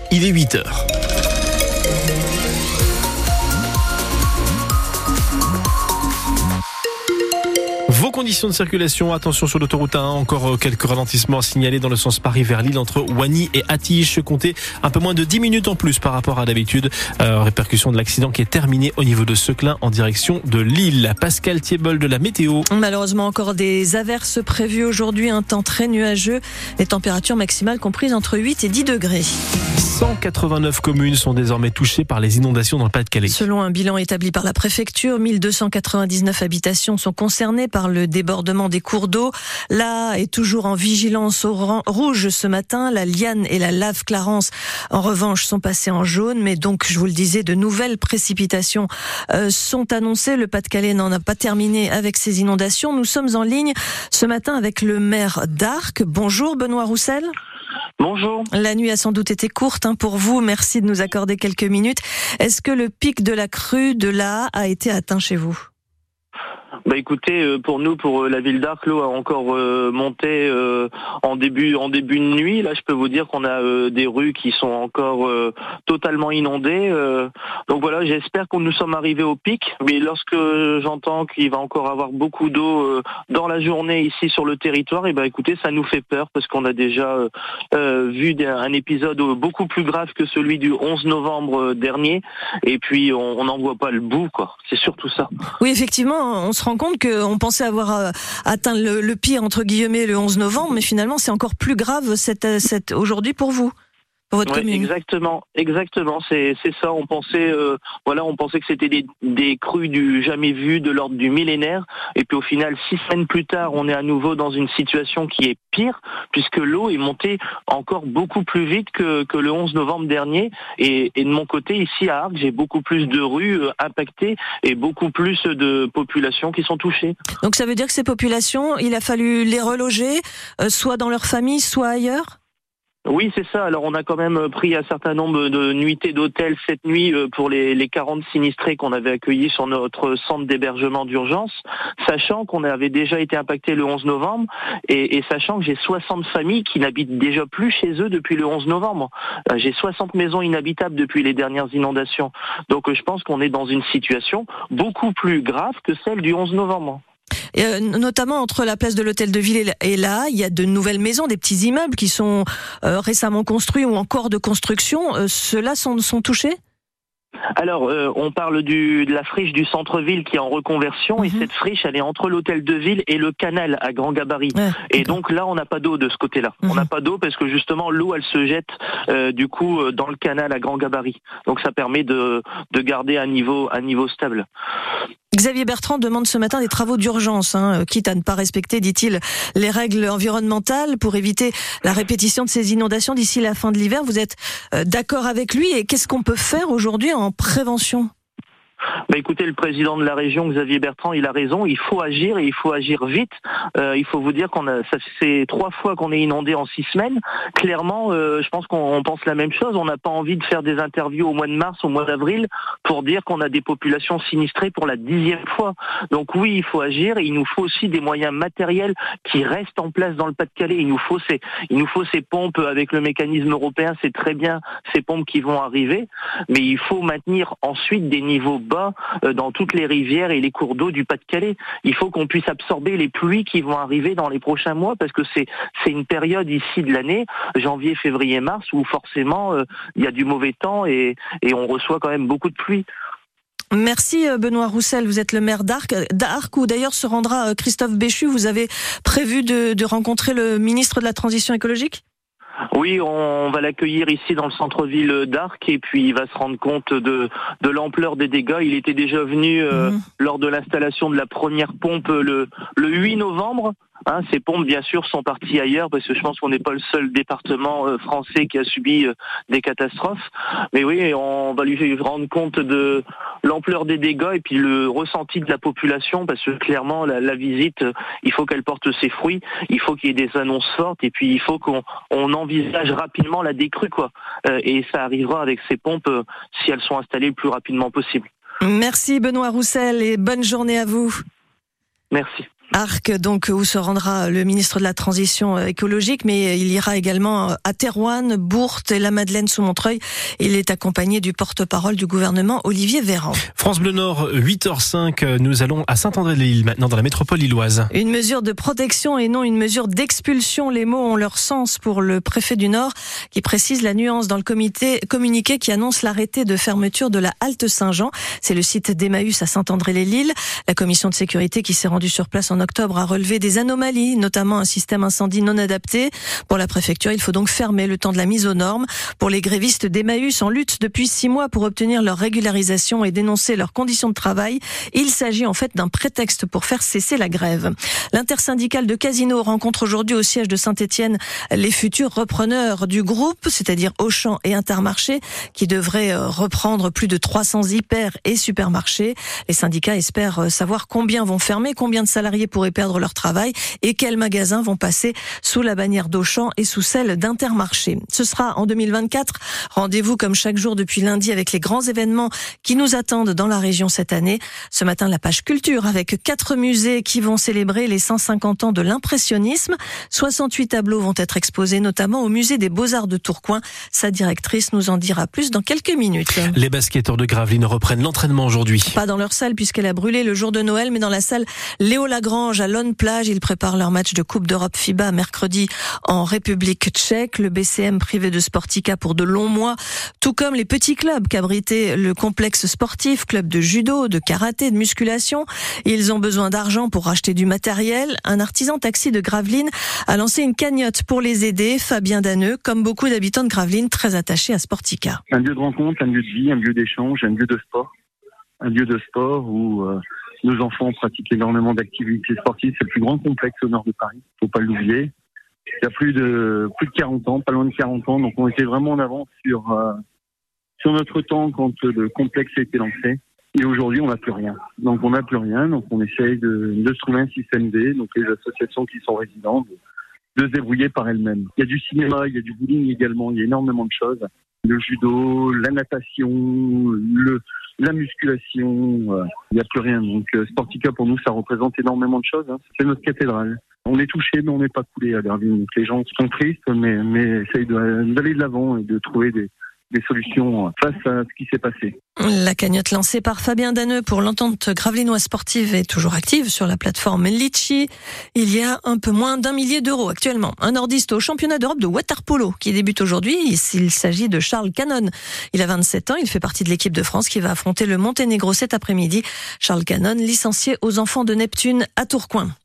il est 8h. Vos conditions de circulation, attention sur l'autoroute A1, encore quelques ralentissements signalés dans le sens Paris vers Lille entre Wany et Attiche. Comptez un peu moins de 10 minutes en plus par rapport à d'habitude. Répercussion de l'accident qui est terminé au niveau de Seclin en direction de Lille. Pascal Thiebol de la météo. Malheureusement encore des averses prévues aujourd'hui, un temps très nuageux. Les températures maximales comprises entre 8 et 10 degrés. 189 communes sont désormais touchées par les inondations dans le Pas-de-Calais. Selon un bilan établi par la préfecture, 1299 habitations sont concernées par le débordement des cours d'eau. Là est toujours en vigilance rouge ce matin. La Liane et la Lave Clarence, en revanche, sont passées en jaune. Mais donc, je vous le disais, de nouvelles précipitations sont annoncées. Le Pas-de-Calais n'en a pas terminé avec ces inondations. Nous sommes en ligne ce matin avec le maire d'Arques. Bonjour Benoît Roussel. Bonjour. La nuit a sans doute été courte pour vous. Merci de nous accorder quelques minutes. Est-ce que le pic de la crue de l'Aa a été atteint chez vous ? Écoutez, pour nous, pour la ville d'Arques, l'eau a encore monté en début de nuit. Là, je peux vous dire qu'on a des rues qui sont encore totalement inondées. Donc voilà, j'espère que nous sommes arrivés au pic. Mais lorsque j'entends qu'il va encore avoir beaucoup d'eau dans la journée ici sur le territoire, écoutez, ça nous fait peur parce qu'on a déjà vu un épisode beaucoup plus grave que celui du 11 novembre dernier. Et puis, on n'en voit pas le bout, quoi. C'est surtout ça. Oui, effectivement, on se rend compte qu'on pensait avoir atteint le pire, entre guillemets, le 11 novembre, mais finalement, c'est encore plus grave aujourd'hui pour vous, pour votre commune. Exactement, c'est ça. On pensait que c'était des crues du jamais vu, de l'ordre du millénaire, et puis au final, 6 semaines plus tard, on est à nouveau dans une situation qui est pire, puisque l'eau est montée encore beaucoup plus vite que le 11 novembre dernier, et de mon côté, ici à Arques, j'ai beaucoup plus de rues impactées, et beaucoup plus de populations qui sont touchées. Donc ça veut dire que ces populations, il a fallu les reloger, soit dans leur famille, soit ailleurs ? Oui, c'est ça. Alors, on a quand même pris un certain nombre de nuitées d'hôtel cette nuit pour les 40 sinistrés qu'on avait accueillis sur notre centre d'hébergement d'urgence, sachant qu'on avait déjà été impactés le 11 novembre et sachant que j'ai 60 familles qui n'habitent déjà plus chez eux depuis le 11 novembre. J'ai 60 maisons inhabitables depuis les dernières inondations. Donc, je pense qu'on est dans une situation beaucoup plus grave que celle du 11 novembre. Notamment entre la place de l'Hôtel de Ville et là, il y a de nouvelles maisons, des petits immeubles qui sont récemment construits ou encore de construction. Ceux-là sont touchés ? Alors, on parle de la friche du centre-ville qui est en reconversion et cette friche, elle est entre l'hôtel de ville et le canal à grand gabarit. Et donc là, on n'a pas d'eau de ce côté-là. On n'a pas d'eau parce que justement, l'eau, elle se jette dans le canal à grand gabarit. Donc ça permet de garder un niveau stable. Xavier Bertrand demande ce matin des travaux d'urgence, quitte à ne pas respecter, dit-il, les règles environnementales pour éviter la répétition de ces inondations d'ici la fin de l'hiver. Vous êtes d'accord avec lui et qu'est-ce qu'on peut faire aujourd'hui en prévention ? Écoutez, le président de la région, Xavier Bertrand, il a raison, il faut agir et il faut agir vite. Il faut vous dire ça fait 3 fois qu'on est inondé en 6 semaines. Clairement, je pense qu'on pense la même chose. On n'a pas envie de faire des interviews au mois de mars, au mois d'avril, pour dire qu'on a des populations sinistrées pour la 10e fois. Donc oui, il faut agir et il nous faut aussi des moyens matériels qui restent en place dans le Pas-de-Calais. Il nous faut ces pompes avec le mécanisme européen, c'est très bien ces pompes qui vont arriver, mais il faut maintenir ensuite des niveaux bas dans toutes les rivières et les cours d'eau du Pas-de-Calais. Il faut qu'on puisse absorber les pluies qui vont arriver dans les prochains mois parce que c'est une période ici de l'année, janvier, février, mars, où forcément il y a du mauvais temps et on reçoit quand même beaucoup de pluie. Merci Benoît Roussel, vous êtes le maire d'Arques où d'ailleurs se rendra Christophe Béchu. Vous avez prévu de rencontrer le ministre de la Transition écologique ? Oui, on va l'accueillir ici dans le centre-ville d'Arques et puis il va se rendre compte de l'ampleur des dégâts. Il était déjà venu lors de l'installation de la première pompe le 8 novembre. Ces pompes, bien sûr, sont parties ailleurs parce que je pense qu'on n'est pas le seul département français qui a subi des catastrophes. Mais oui, on va lui rendre compte de l'ampleur des dégâts et puis le ressenti de la population parce que clairement, la visite, il faut qu'elle porte ses fruits. Il faut qu'il y ait des annonces fortes et puis il faut qu'on envisage rapidement la décrue, quoi. Et ça arrivera avec ces pompes si elles sont installées le plus rapidement possible. Merci Benoît Roussel et bonne journée à vous. Merci. Arques, donc, où se rendra le ministre de la Transition écologique, mais il ira également à Thérouanne, Bourte et la Madeleine sous Montreuil. Il est accompagné du porte-parole du gouvernement, Olivier Véran. France Bleu Nord, 8h05, nous allons à Saint-André-les-Îles, maintenant dans la métropole lilloise. Une mesure de protection et non une mesure d'expulsion. Les mots ont leur sens pour le préfet du Nord, qui précise la nuance dans le communiqué qui annonce l'arrêté de fermeture de la halte Saint-Jean. C'est le site d'Emmaüs à Saint-André-les-Îles. La commission de sécurité qui s'est rendue sur place en octobre a relevé des anomalies, notamment un système incendie non adapté. Pour la préfecture, il faut donc fermer le temps de la mise aux normes. Pour les grévistes d'Emmaüs en lutte depuis 6 mois pour obtenir leur régularisation et dénoncer leurs conditions de travail, il s'agit en fait d'un prétexte pour faire cesser la grève. L'intersyndicale de Casino rencontre aujourd'hui au siège de Saint-Étienne les futurs repreneurs du groupe, c'est-à-dire Auchan et Intermarché, qui devraient reprendre plus de 300 hyper et supermarchés. Les syndicats espèrent savoir combien vont fermer, combien de salariés pourraient perdre leur travail et quels magasins vont passer sous la bannière d'Auchan et sous celle d'Intermarché. Ce sera en 2024. Rendez-vous comme chaque jour depuis lundi avec les grands événements qui nous attendent dans la région cette année. Ce matin, la page culture avec 4 musées qui vont célébrer les 150 ans de l'impressionnisme. 68 tableaux vont être exposés, notamment au musée des Beaux-Arts de Tourcoing. Sa directrice nous en dira plus dans quelques minutes. Les basketteurs de Gravelines reprennent l'entraînement aujourd'hui. Pas dans leur salle puisqu'elle a brûlé le jour de Noël, mais dans la salle Léo Lagrange à Lonne-Plage. Ils préparent leur match de Coupe d'Europe FIBA mercredi en République tchèque. Le BCM privé de Sportica pour de longs mois, tout comme les petits clubs qu'abritait le complexe sportif, club de judo, de karaté, de musculation. Ils ont besoin d'argent pour racheter du matériel. Un artisan taxi de Gravelines a lancé une cagnotte pour les aider. Fabien Danneux, comme beaucoup d'habitants de Gravelines, très attachés à Sportica. Un lieu de rencontre, un lieu de vie, un lieu d'échange, un lieu de sport. Un lieu de sport où nos enfants pratiquent énormément d'activités sportives. C'est le plus grand complexe au nord de Paris, faut pas l'oublier. Il y a plus de 40 ans, pas loin de 40 ans, donc on était vraiment en avance sur notre temps quand le complexe a été lancé. Et aujourd'hui, on n'a plus rien. Donc on n'a plus rien, donc on essaye de se trouver un système D, donc les associations qui sont résidentes, de se débrouiller par elles-mêmes. Il y a du cinéma, il y a du bowling également, il y a énormément de choses. Le judo, la natation, la musculation, il n'y a plus rien. Donc Sportica, pour nous, ça représente énormément de choses. C'est notre cathédrale. On est touchés, mais on n'est pas coulés à Gravelines. Les gens sont tristes, mais essayent d'aller de l'avant et de trouver des solutions face à ce qui s'est passé. La cagnotte lancée par Fabien Danneux pour l'entente gravelinoise sportive est toujours active sur la plateforme Litchi. Il y a un peu moins d'1 millier d'euros actuellement. Un nordiste au championnat d'Europe de water-polo qui débute aujourd'hui. Il s'agit de Charles Cannon. Il a 27 ans. Il fait partie de l'équipe de France qui va affronter le Monténégro cet après-midi. Charles Cannon, licencié aux Enfants de Neptune à Tourcoing.